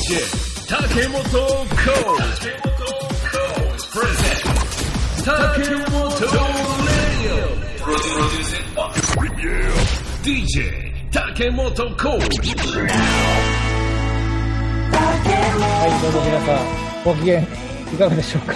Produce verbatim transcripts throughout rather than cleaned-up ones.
ジェー 竹本コープレゼン竹本レディオプロデュース ディージェー 竹本コーはい、どうも皆さん、ご機嫌いかがでしょうか。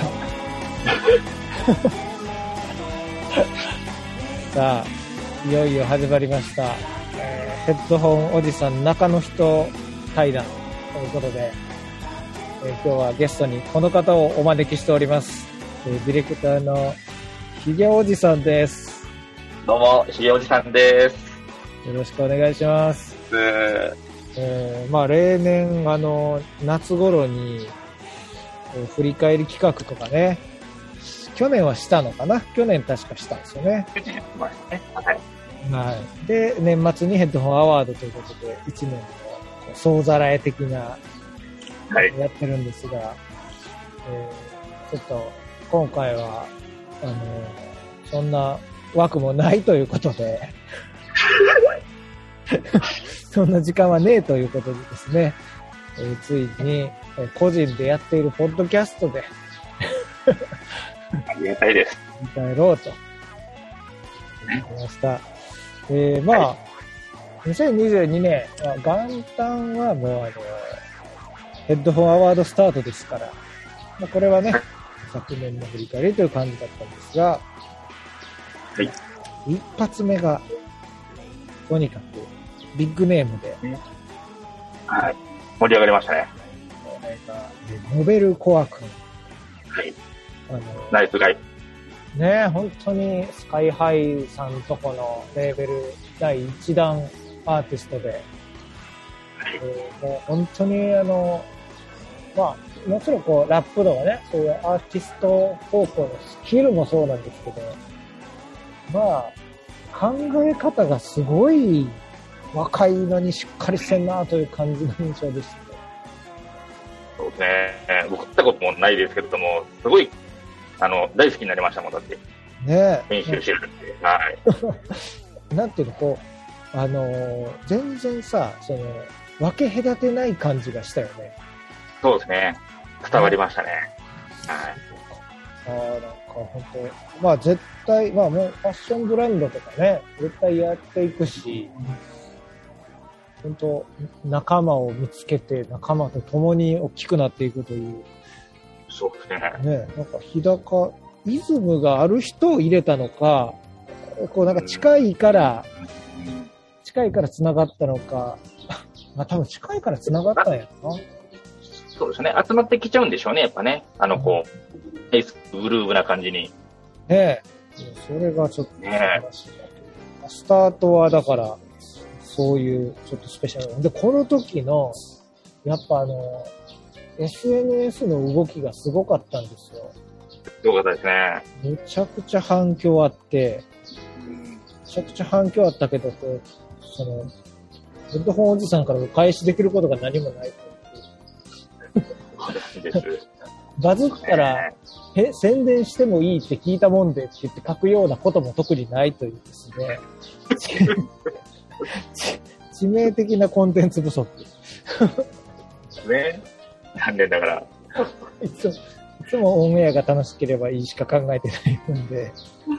さあ、いよいよ始まりました、えー、ヘッドホンおじさん中の人対談ということで、えー、今日はゲストにこの方をお招きしております。えー、ディレクターのひげおじさんです。 どうも、ひげおじさんです。 よろしくお願いします。えー、まあ例年あの夏頃に振り返り企画とかね、去年はしたのかな、去年確かしたんですよね。はい。で年末にヘッドホンアワードということでいちねんの総ざらえ的なやってるんですが、はい、えー、ちょっと今回はあのそんな枠もないということでそんな時間はねえということでですね、えー、ついに、えー、個人でやっているポッドキャストでありがたいです。 振り返ろうと思いました。えー、まあ、はい、にせんにじゅうにねん、元旦はもうあのヘッドホンアワードスタートですから、まあ、これはね昨年の振り返りという感じだったんですが、 はい、 一発目がとにかくビッグネームで、 はい、盛り上がりましたね。 これがノベルコア君、 はい、 あのナイスガイね、本当にスカイハイさんとこのレーベルだいいちだんアーティストで、はい、えー、もう本当にあのまあもちろんこうラップとかね、そういうアーティスト方向のスキルもそうなんですけど、まあ考え方がすごい若いのにしっかりしてんなという感じの印象でした。 そうですね。僕会ったこともないですけれども、すごいあの大好きになりましたもん。だってね、 編集してるんで、はい。 なんていうの、こうあのー、全然さ、その分け隔てない感じがしたよね。 そうですね。伝わりましたね。 はい。ああ、なんか本当、まあ絶対、まあもうファッションブランドとかね、絶対やっていくし、本当仲間を見つけて仲間と共に大きくなっていくという。 そうですね。 ね、なんか日高イズムがある人を入れたのか、こうなんか近いから、うん、近いから繋がったのか、まあ多分近いから繋がったんやな。 そうですね。集まってきちゃうんでしょうね、やっぱね。あのこう、フェイスグルーヴな感じに。 ねえ。それがちょっと素晴らしいなというか、スタートはだから、そういうちょっとスペシャルで、この時のやっぱあの エスエヌエス の動きがすごかったんですよ。 すごかったですね。 めちゃくちゃ反響あって、めちゃくちゃ反響あったけど、こうそのヘッドホンおじさんからお返しできることが何もないというバズったら、え宣伝してもいいって聞いたもんでって言って書くようなことも特にないというですね致命的なコンテンツ不足ね、残念だからいつもいつもオンエアが楽しければいいしか考えてないもんで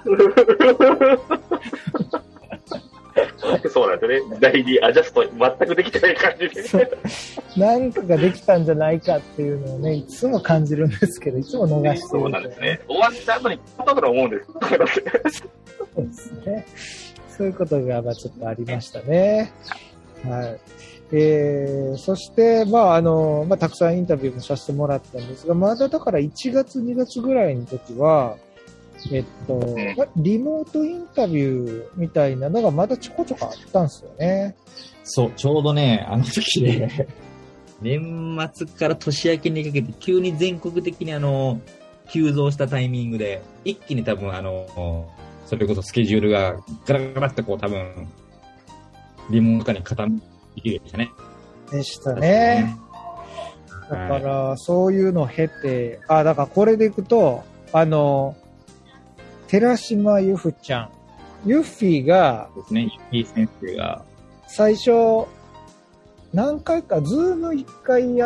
そうなんですね。代理アジャスト全くできてない感じでなんとかできたんじゃないかっていうのをね、いつも感じるんですけど、いつも逃してる。 そうなんですね。終わった後に買ったと思うんですそうですね。そういうことがまあちょっとありましたね。はい。えー、そして、まああの、まあたくさんインタビューもさせてもらったんですが、まだだからいちがつにがつぐらいの時は、えっと、うん、リモートインタビューみたいなのがまだちょこちょこあったんですよね。 そう、ちょうどね、あの時で、年末から年明けにかけて急に全国的にあの、急増したタイミングで、一気に多分あの、それこそスケジュールがガラガラってこう多分、リモート化に傾いてでしたね。 でしたね。だから、はい、そういうのを経て、あ、だからこれでいくと、あの、寺島由布ちゃん、ユッフィーが、 ですね、ユッフィー先生が、 最初、何回か、ズーム一回やっ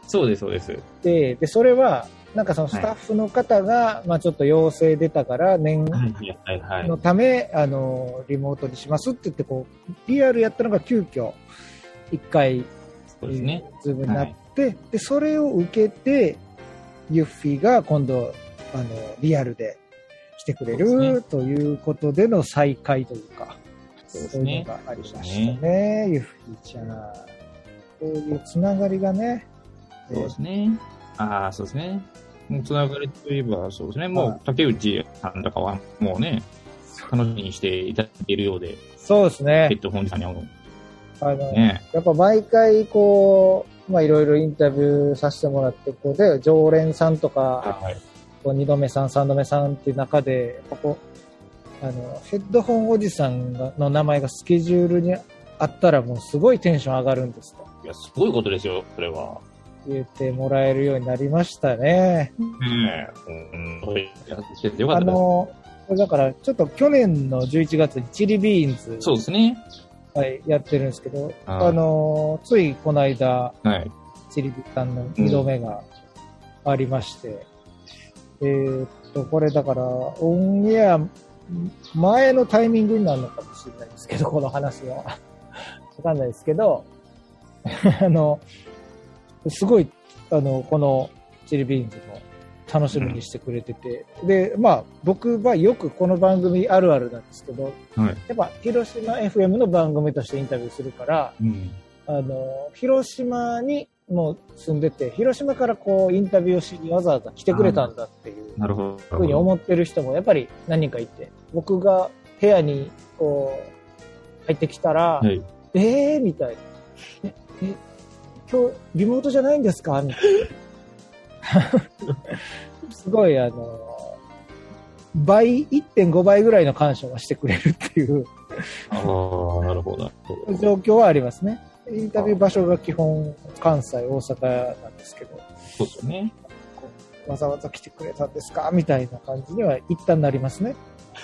そうです、そうです。 で、で、それは、なんかそのスタッフの方が、はい、まあちょっと陽性出たから、念のため、あの、リモートにしますって言って、こう、リアルやったのが急遽、一回、 そうですね。 ズームになって、はい、で、それを受けて、ユッフィが今度、あの、リアルで来てくれる、ね、ということでの再会というか、そうですね。そういうのがありましたね。ねユッフィちゃん。こういうつながりがね。 そうですね。ああ、そうですね。もうつながりといえば、そうですね。もう、竹内さんとかは、もうね、楽しみにしていただいているようで。 そうですね。 ヘッドホンさんに会うの。 あの、ね、やっぱ毎回、こう、まあいろいろインタビューさせてもらって、こうで、常連さんとか、はい、こう二度目さん、三度目さんっていう中で、ここ、あの、ヘッドホンおじさんの名前がスケジュールにあったらもうすごいテンション上がるんですと。 いや、すごいことですよ、それは。 言ってもらえるようになりましたね。 ねえ。うん。やってよかったです。あの、 だからちょっと去年のじゅういちがつにチリビーンズ。 そうですね。 はい、やってるんですけど、あ, あの、ついこの間、 はい、 チリビさんのにどめがありまして、うん、えー、っと、これだから、オンエア前のタイミングになるのかもしれないですけど、この話は。わかんないですけど、あの、すごい、あの、このチリビーンズも楽しみにしてくれてて、うん、で、まあ、僕はよくこの番組あるあるなんですけど、はい、やっぱ広島 エフエム の番組としてインタビューするから、うん、あの、広島にもう住んでて、広島からこうインタビューをしにわざわざ来てくれたんだっていうふうに思ってる人もやっぱり何人かいて、僕が部屋にこう入ってきたら、はい、えーみたいな。え、え、今日リモートじゃないんですかみたいな。すごいあの、倍、いってんご 倍ぐらいの感謝をしてくれるっていう。 ああ、なるほど。 状況はありますね。インタビュー場所が基本関西、大阪なんですけど。 そうですね。 わざわざ来てくれたんですかみたいな感じには一旦なりますね。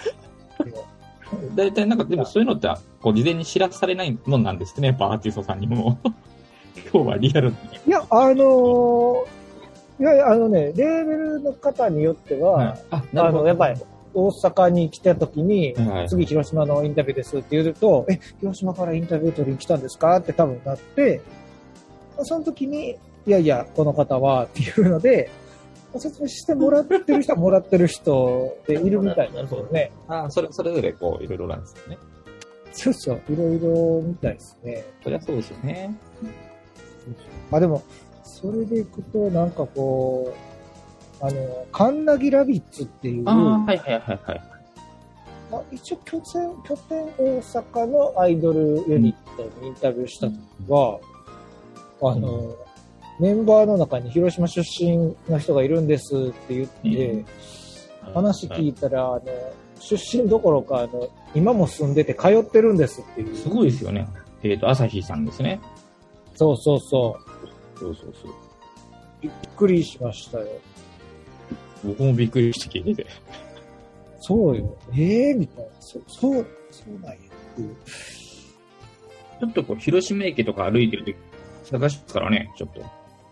大体なんかでもそういうのってこう事前に知らされないもんなんですね。やっぱアーティストさんにも。今日はリアルに。 いや、あのー、いやいや、あのね、レーベルの方によっては、はい、あ, あの、やっぱり、大阪に来た時に、はい、次広島のインタビューですって言うと、え、広島からインタビュー取りに来たんですかって多分なって、その時に、いやいや、この方はっていうので、説明してもらってる人はもらってる人でいるみたいなんですよね。 ああ、それ、それぞれこう、いろいろなんですよね。 そうそう、いろいろみたいですね。 そりゃそうですよね。 あ、でも、それでいくと、なんかこう、あの、カンナギラビッツっていう、 ああ、はいはいはいはい。 あ、一応拠点、拠点大阪のアイドルユニットにインタビューした時は、うん、あの、メンバーの中に広島出身の人がいるんですって言って、うん、話聞いたら、あの、出身どころか、あの、今も住んでて通ってるんですっていう。 すごいですよね。えっと、朝日さんですね。 そうそうそう。 そうそうそう。 びっくりしましたよ。 僕もびっくりして聞いてて。 そうよ。ええー、みたいな。そ、そう、そうなんやっていう。 ちょっとこう、広島駅とか歩いてるとき、探しますからね、ちょっと。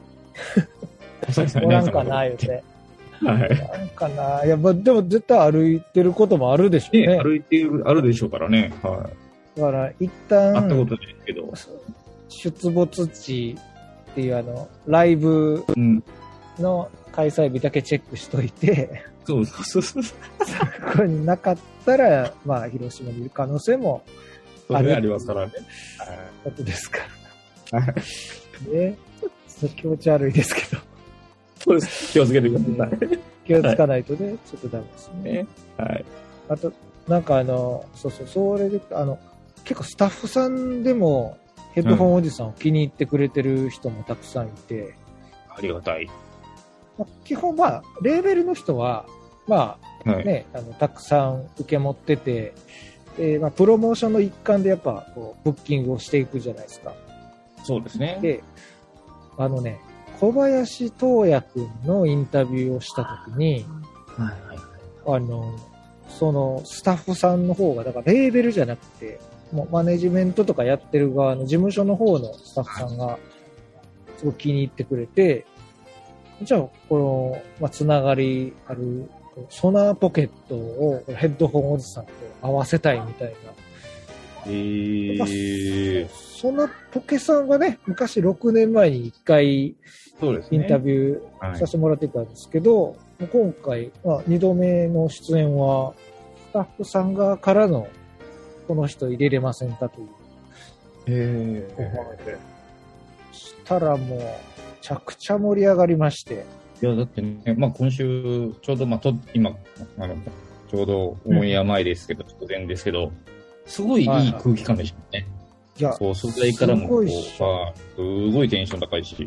おらんかな、言うて。 はい。 なんかな。いや、まあ、でも絶対歩いてることもあるでしょうね。 ね、歩いてる、あるでしょうからね。はい。 だから、一旦、 会ったことないけど。 出没地っていうあの、ライブの開催日だけチェックしといて、 うん、そうそうそうそう。 そこになかったら、まあ、広島にいる可能性もある。ありますからね。 ことですから。ね。ちょっと気持ち悪いですけど。 そうです。気をつけてください。 気をつかないとね、はい、ちょっとダメですね。 はい。 あと、なんかあの、そうそう、それで、あの、結構スタッフさんでも、ヘッドホンおじさんを気に入ってくれてる人もたくさんいて。うん、 ありがたい。 まあ、基本まあ、レーベルの人は、まあ、ね、はい、あの、たくさん受け持ってて、で、まあ、プロモーションの一環でやっぱ、こう、ブッキングをしていくじゃないですか。 そうですね。 で、あのね、小林東也くんのインタビューをしたときに、はいはいはい、あの、そのスタッフさんの方が、だからレーベルじゃなくて、もうマネジメントとかやってる側の事務所の方のスタッフさんが、 すごい気に入ってくれて、じゃあ、この、まあ、つながりある、ソナーポケットをヘッドホンおじさんと合わせたいみたいな。 えー、 ソナポケさんはね、昔ろくねんまえにいっかい、 そうですね。 インタビューさせてもらってたんですけど、はい、今回、まあ、にどめの出演は、スタッフさん側からの、この人入れれませんかという。 へー。したらもう、めちゃくちゃ盛り上がりまして。 いや、だってね、まあ今週、ちょうど、まあと、今、あの、ちょうどオンエア前ですけど、直前ですけど、すごいいい空気感でしたね。 いや、 そう、素材からもこう、すごいテンション高いし。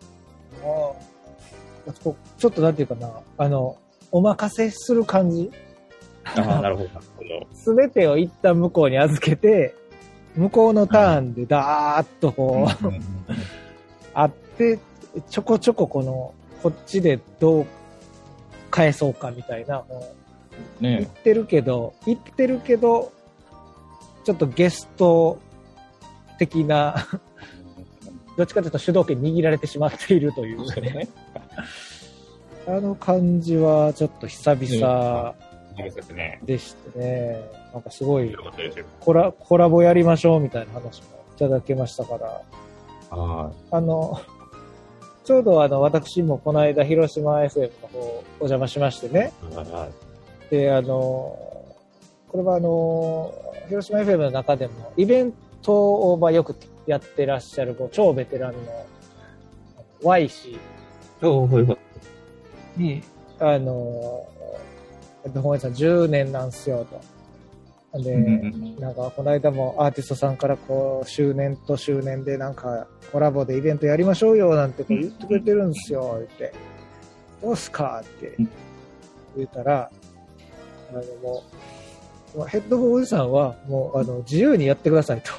あちょっとなんていうかな、あの、お任せする感じ。 ああ、なるほど。 すべてを一旦向こうに預けて、向こうのターンでダーッとこう、あって、ちょこちょここの、こっちでどう返そうかみたいな、もう、ね、言ってるけど、言ってるけど、ちょっとゲスト的な、どっちかというと主導権握られてしまっているというね。あの感じはちょっと久々でしてね。なんかすごいコラ、コラボやりましょうみたいな話もいただけましたから。 あ, あの、ちょうどあの、私もこの間広島 エフエム の方お邪魔しましてね。で、あの、これはあの、広島 エフエム の中でもイベントをまあよくやってらっしゃる超ベテランの ワイシー に、あの、ヘッドホンおじさんじゅうねんなんすよと。で、なんかこの間もアーティストさんからこう、周年と周年でなんかコラボでイベントやりましょうよなんてこう言ってくれてるんですよ、言って。どうすかって言ったら、あのもう、ヘッドホンおじさんはもうあの自由にやってくださいと。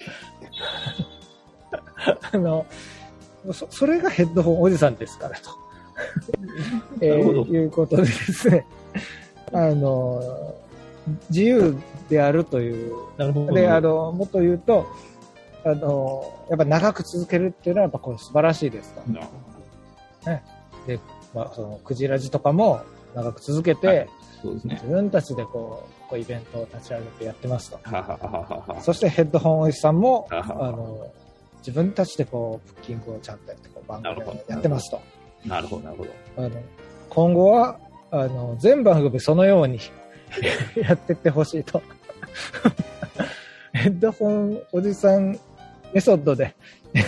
あのそ、それがヘッドホンおじさんですからと。えー、いうことでですね。あの、自由であるという。 なるほど。 で、あの、もっと言うと、あの、やっぱ長く続けるっていうのはやっぱこれ素晴らしいですと。ね。で、まあ、その、クジラジとかも長く続けて、はい、 そうですね、 自分たちでこう、こうイベントを立ち上げてやってますと。 ははははそしてヘッドホンおじさんも、 はははあの、自分たちでこう、ブッキングをちゃんとやって、こう、番組をやってますと。 なるほど、なるほど。 あの、今後は、あの、全番組そのようにやってってほしいと。ヘッドホンおじさんメソッドで、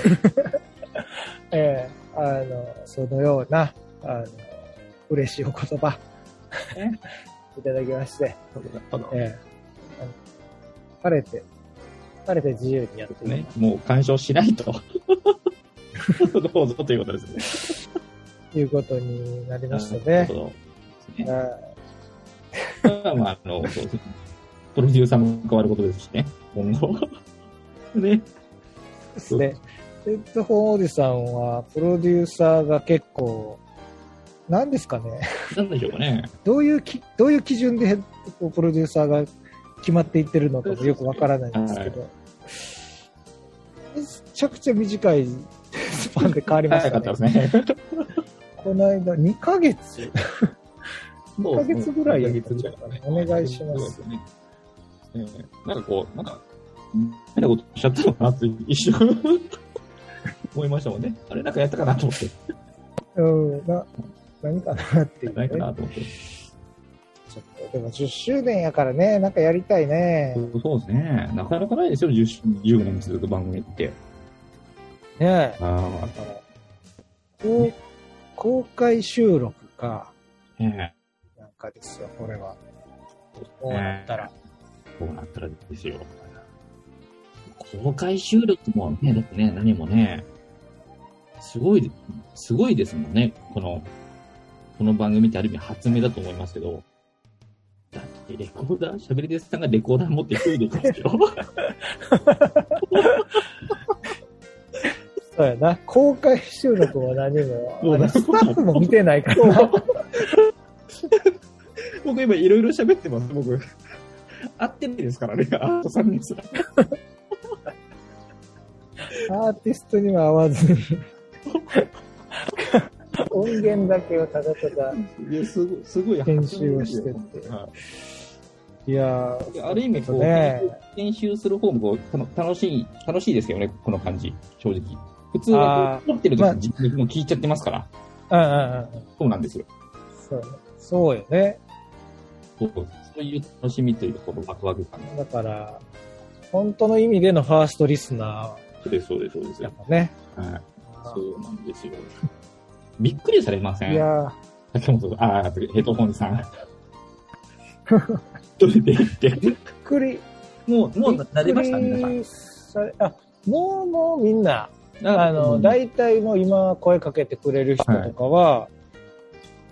えー、あの、そのような、あの、嬉しいお言葉、いただきまして、えー、晴れて、晴れて自由にやってね。もう干渉しないと。どうぞということですね。 いうことになりましたね。なるほど。 まあ、あの、そうですね。プロデューサーも変わることですしね、今後。ね。 ですね。ヘッドホンおじさんは、プロデューサーが結構、何ですかね。 何でしょうかね。 どういうき、どういう基準でヘッドプロデューサーが決まっていってるのかもよくわからないんですけど、はい、めちゃくちゃ短いスパンで変わりましたね。 ねこの間、にかげつにかげつぐらいやったんですかね。お願いします。 ねえー、なんかこう、なんか、変なことしちゃったのかなって一瞬思いましたもんね。あれなんかやったかなと思って。 うん、な、何かなっていう、ね。 何かなと思って。ちょっと、でもじゅっしゅうねんやからね、なんかやりたいね。 そう、そうですね。なかなかないですよ、じゅう, じゅうねん続く番組って。 ねえ。 ああ。 こう、公開収録か。 ねえ。なんかですよ、これは。こうなったら。 こうなったらですよ。公開収録もね、だってね、何もね、すごい、すごいですもんね。この、この番組ってある意味発明だと思いますけど。だってレコーダー、喋りですさんがレコーダー持って一人でいますよ。 そうやな。公開収録も何も、あのスタッフも見てないからな。 僕今いろいろ喋ってます、僕。会ってないですからね、アートさんですら。 アーティストには会わずに。 音源だけをただただいやすごい、すごい編集をしてて。はい、いやー、ある意味こう、ね、編集する方もこう楽しい、楽しいですけどね、この感じ、正直。普通は撮ってる時に自分も聞いちゃってますから。 うんうんうん。 そうなんですよ。 そう、そうよね。 そう、そういう楽しみというところ、ワクワク感。 だから、本当の意味でのファーストリスナー。 そうです、そうです、そうです。 やっぱね。 はい。そうなんですよ。びっくりされません？ いやー。竹本さん、ああ、ヘッドホンさん。一人で行って。 びっくり。 もう、もう慣れました、皆さん。 あ、もう、もうみんな、あの、大体もう今声かけてくれる人とかは、はい、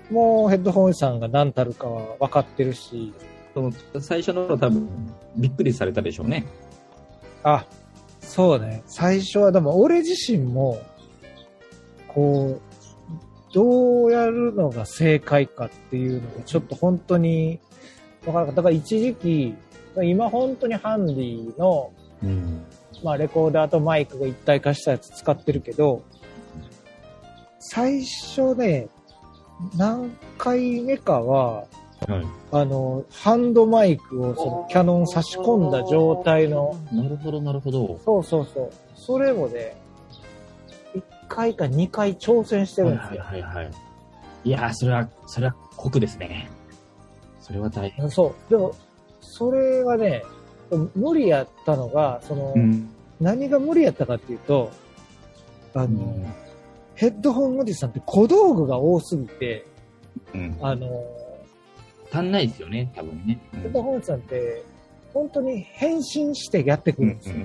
もうヘッドホンさんが何たるかは分かってるし。 その最初の頃多分、びっくりされたでしょうね。 あ、そうね。最初は、でも俺自身も、こう、どうやるのが正解かっていうのがちょっと本当に分からなかった。だから一時期、今本当にハンディの、うん、まあレコーダーとマイクが一体化したやつ使ってるけど、最初ね、何回目かは、はい、あの、ハンドマイクをそのキャノン差し込んだ状態の。 なるほど、なるほど。 そうそうそう。それもね、いっかいかにかい挑戦してるんですよ。 はいはいはい、はい。いやー、それは、それは酷ですね。それは大変。 そう。でも、それはね、無理やったのが、その、うん、何が無理やったかっていうと、あの、うん、ヘッドホンおじさんって小道具が多すぎて、うん、あの、 足んないですよね、多分ね。 うん、ヘッドホンおじさんって、本当に変身してやってくるんですよ。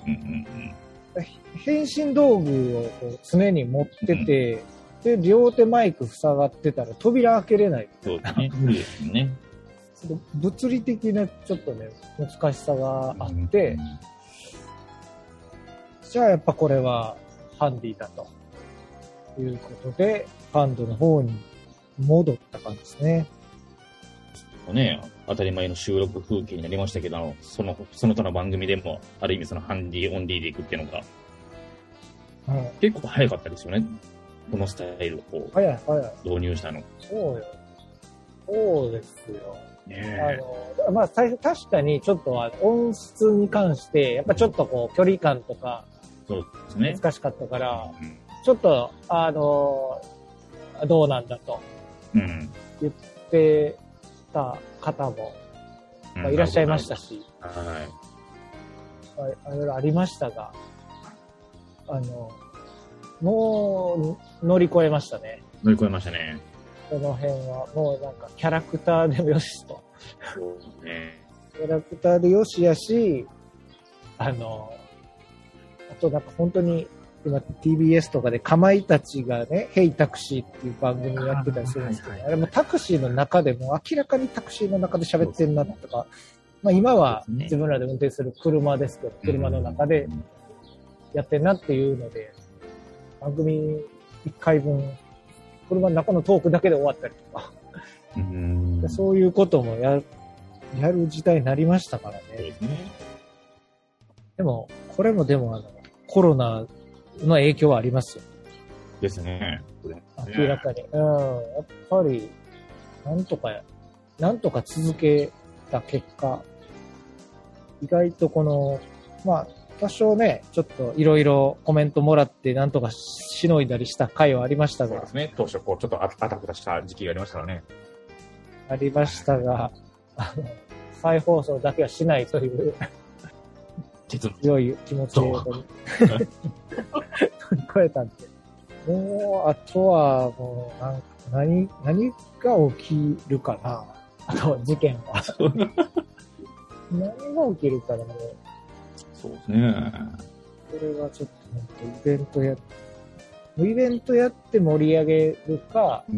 変身道具をこう常に持ってて、うん、で、両手マイク塞がってたら扉開けれない。 そうですね。無理ですよね。 物理的なちょっとね、難しさがあって、うん、じゃあやっぱこれはハンディだということで、ファンドの方に戻った感じですね。 ね、当たり前の収録風景になりましたけど、その、その他の番組でも、ある意味そのハンディオンディでいくっていうのが、うん、結構早かったですよね。このスタイルをこう、 早い早い導入したの。 そうよ。そうですよ。ね、あの、まあ、最初確かにちょっと音質に関して、やっぱちょっとこう、距離感とか、 そうですね。難しかったから、うん、ちょっと、あの、どうなんだと、言ってた方も、うん、まあ、いらっしゃいましたし、はい。いろいろありましたが、あの、もう乗り越えましたね。 乗り越えましたね。 この辺はもうなんかキャラクターでもよしと。 そうね。 キャラクターでよしやし、あの、あとなんか本当に今 ティービーエス とかでかまいたちがね、ヘイタクシーっていう番組やってたりするんですけど、はいはい、あれもタクシーの中でも明らかにタクシーの中で喋ってんなとか、まあ今は自分らで運転する車ですけど、車の中でやってんなっていうので、番組いっかいぶん、車の中のトークだけで終わったりとか、うーんそういうこともや、やる時代になりましたからね。そうですね。でも、これもでもあの、コロナの影響はありますよ。 ですね。これ明らかに。うん。やっぱり、なんとか、なんとか続けた結果、意外とこの、まあ、多少ね、ちょっといろいろコメントもらってなんとかしのいだりした回はありましたが。 そうですね。当初こうちょっとあたふたした時期がありましたからね。 ありましたが、あの、再放送だけはしないという強い気持ちを乗り越えたんで。もう、あとはもう、なんか何、何が起きるかな。あと、事件は。何が起きるかな、もう。 そうですね。 これはちょっと本当イベントや、イベントやって盛り上げるか、うん、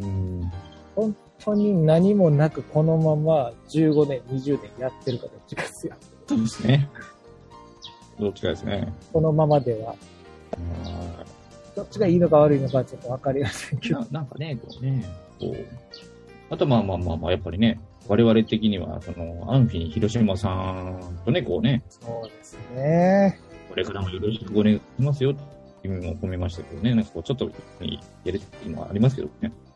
本当に何もなくこのままじゅうごねん、にじゅうねんやってるかどっちかですよ。 そうですね。どっちかですね。 このままでは。どっちがいいのか悪いのかちょっとわかりませんけど。 な, なんかね、こうね、こう。あとまあまあまあまあ、やっぱりね、我々的には、その、アンフィニ広島さんとね、こうね。 そうですね。 これからもよろしくお願いしますよ、っていう意味も込めましたけどね、なんかこう、ちょっと、やるっていうのはありますけどね。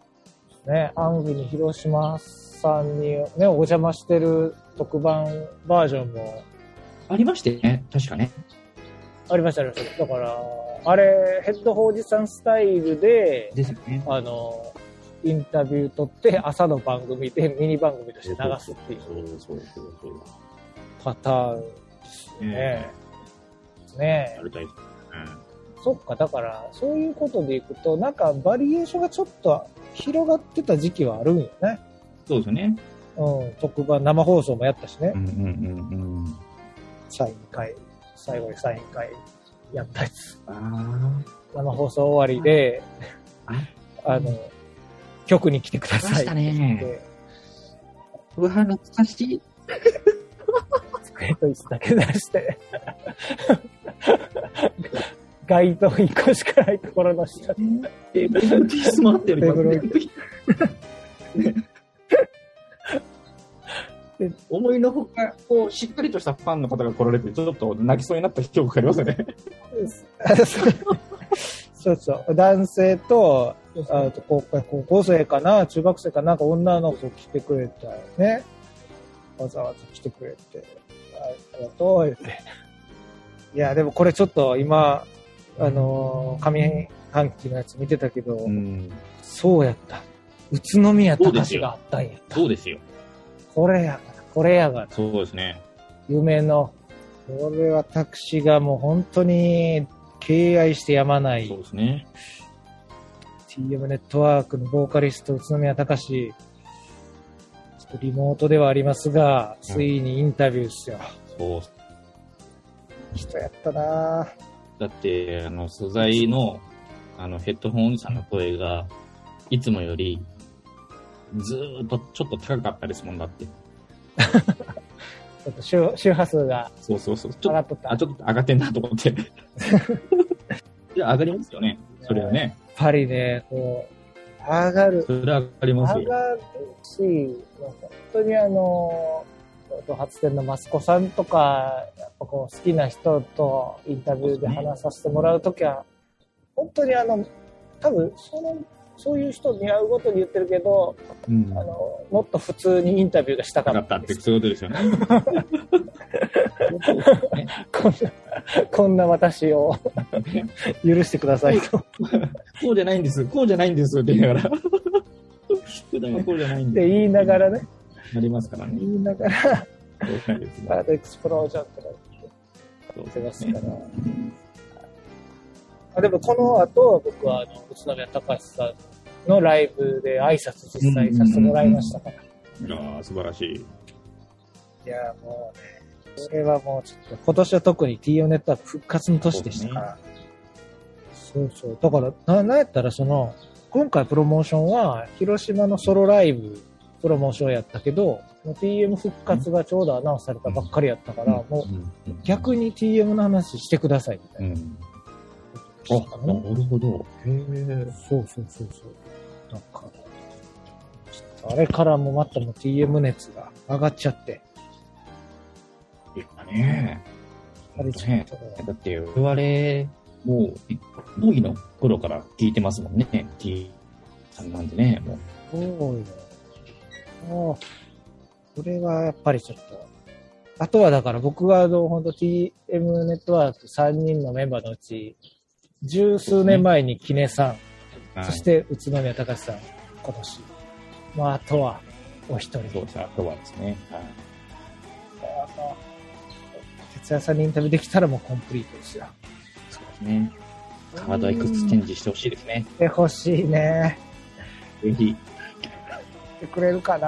ね、アンフィに広島さんにね、お邪魔してる特番バージョンもありましてね、確かね。 ありました、ありました。だから、あれ、ヘッドホージさんスタイルで、 ですよね。 あの、インタビュー撮って朝の番組でミニ番組として流すっていうそうそうそうそう。 パターンですよね。ねえ。 やりたいです。うん。 そっか、だから、そういうことでいくと、なんかバリエーションがちょっと広がってた時期はあるんよね。 そうですよね。 うん、特番、生放送もやったしね。 うんうんうんうん。 サイン会、最後にサイン会やったやつ。 ああ。 生放送終わりで、あの、局に来てください。 ましたね。うわ、懐かしい。 机と椅子だけ出して、街灯一個しかないところの下で。 テーブルのティースもあってる。 テーブル置いて思いのほか、こう、しっかりとしたファンの方が来られて、ちょっと泣きそうになった記憶がありますよね。 そうそう。男性と、あと高高校生かな、中学生かなんか女の子来てくれたよね。わざわざ来てくれて、ありがとう、言って。いや、でもこれちょっと今、あのー、上半期のやつ見てたけど、うん、そうやった。宇都宮隆があったんやった。 そうですよ。 これやから、これやから。 そうですね。 夢の、これ私がもう本当に敬愛してやまない。 そうですね。 ティーエム ネットワークのボーカリスト宇都宮隆、ちょっとリモートではありますが、ついにインタビューですよ。 そう。 人やったなぁ。 だって、あの、素材の、あの、ヘッドホンおじさんの声が、いつもより、ずーっとちょっと高かったですもんだって。 ちょっと周、周波数が。 そうそうそう。ちょ上がっとった。 あ、ちょっと上がってんなと思って。いや、上がりますよね。それはね。 やっぱりね、こう、上がる。 それは上がりますよ。 上がるし、本当にあの、発電のマスコさんとか、やっぱこう好きな人とインタビューで話させてもらうときは、本当にあの、多分その、そういう人に会うごとに言ってるけど、うん、あの、もっと普通にインタビューがしたかった。 ったってそういうことですよね。 こんな、こんな私を許してくださいと。 こうじゃないんです、こうじゃないんですって言いながら。普段はこうじゃないんです。 って言いながらね。 なりますからね。 言いながら、 そうですね。 アートエクスプロージョンとか言ってますから。あでもこの後、僕はあの宇都宮隆さんのライブで挨拶実際させてもらいましたから。 うんうんうん、いやー、素晴らしい。 いやーもうね、これはもうちょっと、今年は特に ティーエム ネットワーク復活の年でしたから。そうそう。だから、な、なんやったらその、今回プロモーションは、広島のソロライブ、プロモーションやったけど、ティーエム 復活がちょうどアナウンスされたばっかりやったから、もう逆に ティーエム の話してくださいみたいな。 うん、あ、なるほど。へえ。 そうそうそうそう。なんか、あれからもまたも ティーエム 熱が上がっちゃって。 いやねあれちょっと、 ね、だって我々、もう、講義の頃から聞いてますもんね。T さんなんでね、もう。 そうよ。もう、これはやっぱりちょっと。あとはだから僕はあの、ほんと ティーエム ネットワークさんにんのメンバーのうち、十数年前にキネさん、そ, ね、そして宇都宮隆さん、今年。まあ、あとは、お一人。 そうです、あとはですね。はい。 あの、哲也さんにインタビューできたらもうコンプリートですよ。 そうですね。カードエクスチェンジしてほしいですね。 してほしいね。 ぜひ。 やってくれるか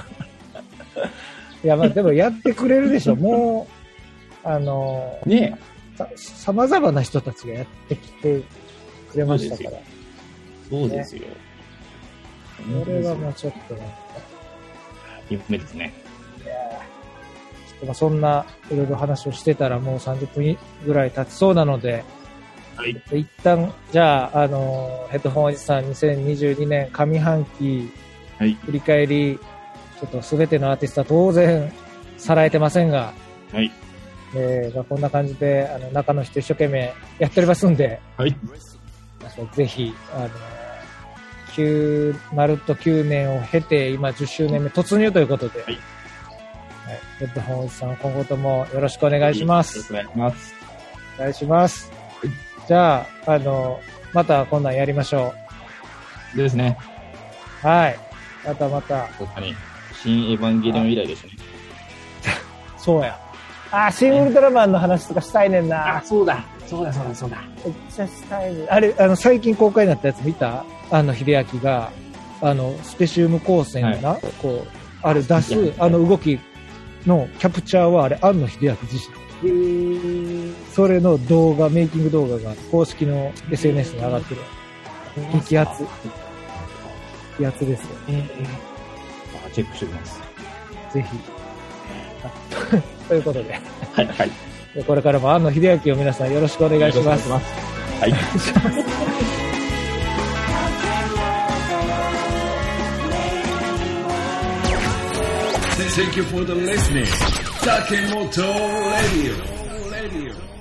ないや、まあでもやってくれるでしょ。もう、あの、 ねさ、様々な人たちがやってきてくれましたから。 そうですよ。 これはもうちょっとなんか。 夢ですね。 いやちょっとまあそんないろいろ話をしてたらもうさんじゅっぷんぐらい経ちそうなので、 はい。 一旦、じゃあ、あの、ヘッドホンおじさんにせんにじゅうにねん上半期、 はい。 振り返り、ちょっとすべてのアーティストは当然、さらえてませんが、 はい。 えー、まあ、こんな感じで、あの、中の人一生懸命やっておりますんで、 はい。 ぜひ、あの、 きゅう、まるっときゅうねんを経て、今じゅっしゅうねんめ突入ということで、はい。はい、ヘッドホンおじさん、今後ともよろしくお願いします。 よろしくお願いします。 お願いします。はい、じゃあ、あの、またこんなんやりましょう。ですね。 はい。またまた。 確かに。新エヴァンゲリオン以来ですね。 そうや。あ、シン・ウルトラマンの話とかしたいねんな。 あ、そうだ。そうだ、そうだ、そうだ。 めっちゃしたいね。あれ、あの、最近公開になったやつ見た？庵野秀明が、あの、スペシウム光線がな、はい、こう、あれ出す、あの動きのキャプチャーはあれ、庵野秀明自身。へー。それの動画、メイキング動画が公式の エスエヌエス に上がってる。激アツ。激アツですよ。えー、 チェックしておきます。 ぜひ。ということで。 はい、はい。 これからも庵野秀明を皆さんよろしくお願いします。 はい。 Thank you for the listening. Takemoto Radio.